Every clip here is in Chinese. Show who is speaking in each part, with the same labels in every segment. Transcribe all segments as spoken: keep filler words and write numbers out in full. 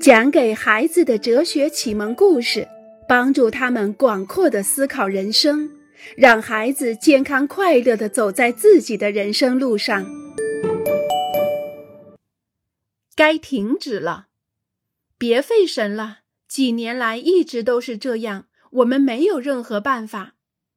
Speaker 1: 讲给孩子的哲学启蒙故事，帮助他们广阔地思考人生，让孩子健康快乐地走在自己的人生路上。该停止了，别费神了，几年来一直都是这样，我们没有任何办法。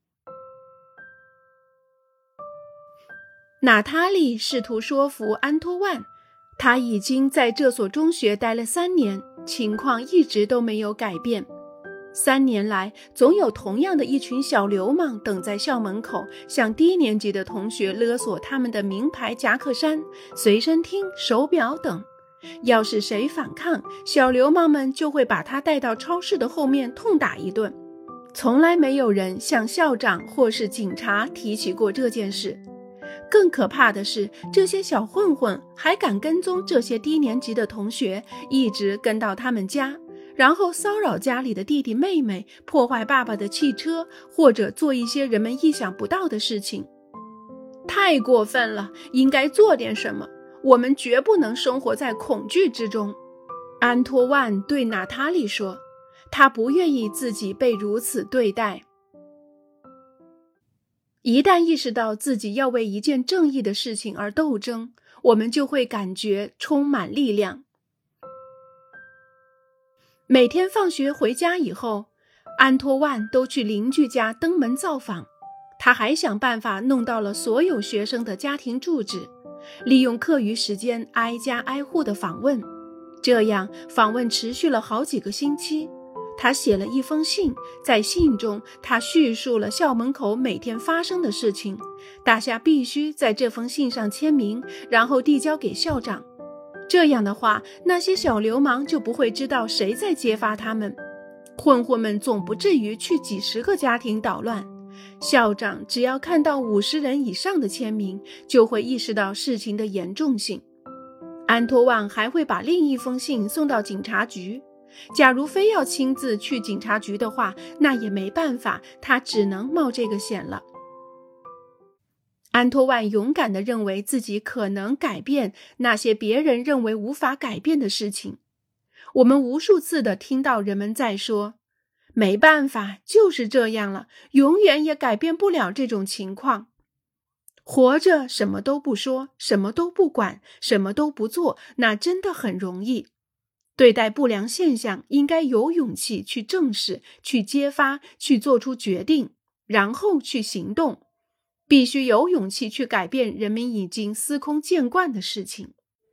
Speaker 1: 娜塔莉试图说服安托万，他已经在这所中学待了三年，情况一直都没有改变。三年来，总有同样的一群小流氓等在校门口，向低年级的同学勒索他们的名牌夹克衫、随身听、手表等。要是谁反抗，小流氓们就会把他带到超市的后面痛打一顿。从来没有人向校长或是警察提起过这件事。更可怕的是，这些小混混还敢跟踪这些低年级的同学，一直跟到他们家，然后骚扰家里的弟弟妹妹，破坏爸爸的汽车，或者做一些人们意想不到的事情。太过分了，应该做点什么，我们绝不能生活在恐惧之中。安托万对娜塔莉说，他不愿意自己被如此对待。一旦意识到自己要为一件正义的事情而斗争，我们就会感觉充满力量。每天放学回家以后，安托万都去邻居家登门造访，他还想办法弄到了所有学生的家庭住址，利用课余时间挨家挨户的访问。这样访问持续了好几个星期。他写了一封信，在信中他叙述了校门口每天发生的事情，大家必须在这封信上签名，然后递交给校长。这样的话，那些小流氓就不会知道谁在揭发他们，混混们总不至于去几十个家庭捣乱。校长只要看到五十人以上的签名，就会意识到事情的严重性。安托万还会把另一封信送到警察局，假如非要亲自去警察局的话，那也没办法，他只能冒这个险了。安托万勇敢地认为自己可能改变那些别人认为无法改变的事情。我们无数次地听到人们在说，没办法，就是这样了，永远也改变不了这种情况。活着什么都不说，什么都不管，什么都不做，那真的很容易。对待不良现象，应该有勇气去正视，去揭发，去做出决定，然后去行动。必须有勇气去改变人们已经司空见惯的事情。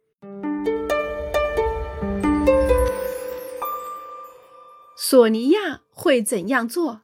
Speaker 1: 索尼娅会怎样做？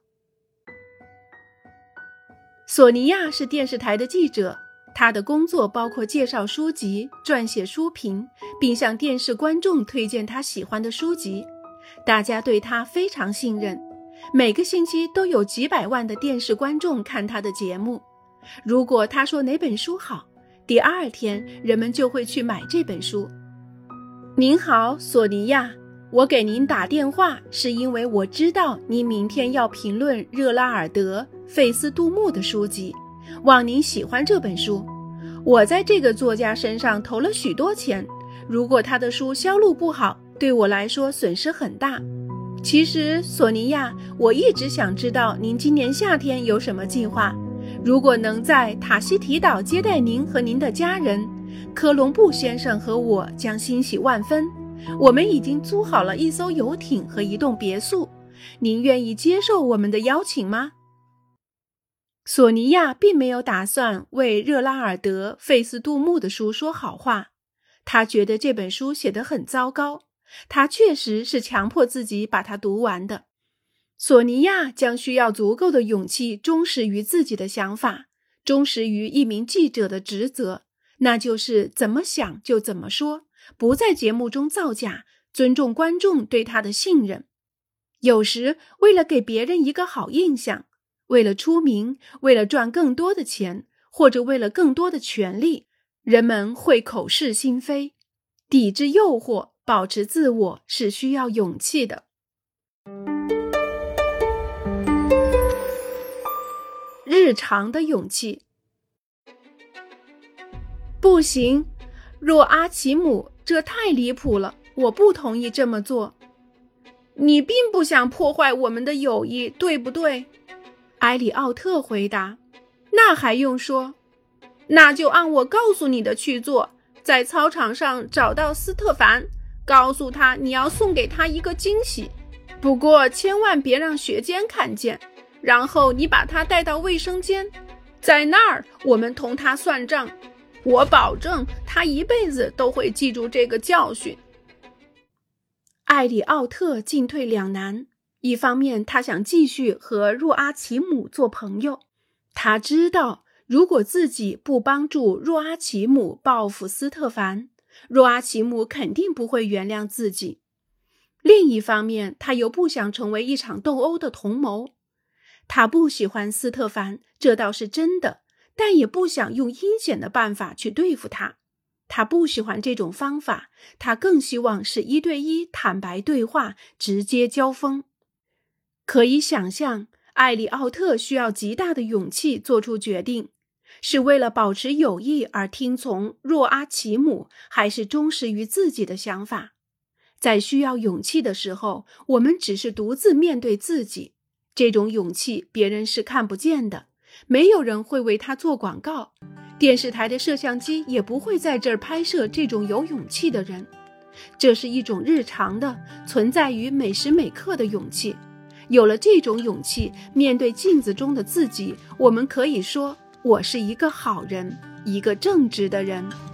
Speaker 1: 索尼娅是电视台的记者，他的工作包括介绍书籍、撰写书评，并向电视观众推荐他喜欢的书籍。大家对他非常信任，每个星期都有几百万的电视观众看他的节目。如果他说哪本书好，第二天人们就会去买这本书。您好，索尼娅，我给您打电话是因为我知道您明天要评论热拉尔德、费斯杜穆的书籍，望您喜欢这本书。我在这个作家身上投了许多钱，如果他的书销路不好，对我来说损失很大。其实，索尼娅，我一直想知道您今年夏天有什么计划。如果能在塔希提岛接待您和您的家人，科隆布先生和我将欣喜万分。我们已经租好了一艘游艇和一栋别墅，您愿意接受我们的邀请吗？索尼娅并没有打算为热拉尔德·费斯杜穆的书说好话，他觉得这本书写得很糟糕，他确实是强迫自己把它读完的。索尼娅将需要足够的勇气，忠实于自己的想法，忠实于一名记者的职责，那就是怎么想就怎么说，不在节目中造假，尊重观众对他的信任。有时，为了给别人一个好印象，为了出名，为了赚更多的钱，或者为了更多的权利，人们会口是心非。抵制诱惑，保持自我是需要勇气的。日常的勇气。不行，若阿奇姆，这太离谱了， 我不同意这么做。你并不想破坏我们的友谊，对不对？埃里奥特回答。那还用说？那就按我告诉你的去做，在操场上找到斯特凡，告诉他你要送给他一个惊喜，不过千万别让学监看见，然后你把他带到卫生间，在那儿我们同他算账，我保证他一辈子都会记住这个教训。埃里奥特进退两难，一方面他想继续和若阿奇姆做朋友，他知道如果自己不帮助若阿奇姆报复斯特凡，若阿奇姆肯定不会原谅自己。另一方面，他又不想成为一场斗殴的同谋。他不喜欢斯特凡，这倒是真的，但也不想用阴险的办法去对付他。他不喜欢这种方法，他更希望是一对一坦白对话，直接交锋。可以想象，埃里奥特需要极大的勇气做出决定，是为了保持友谊而听从若阿奇姆，还是忠实于自己的想法？在需要勇气的时候，我们只是独自面对自己，这种勇气别人是看不见的，没有人会为他做广告，电视台的摄像机也不会在这儿拍摄这种有勇气的人。这是一种日常的，存在于每时每刻的勇气。有了这种勇气，面对镜子中的自己，我们可以说，我是一个好人，一个正直的人。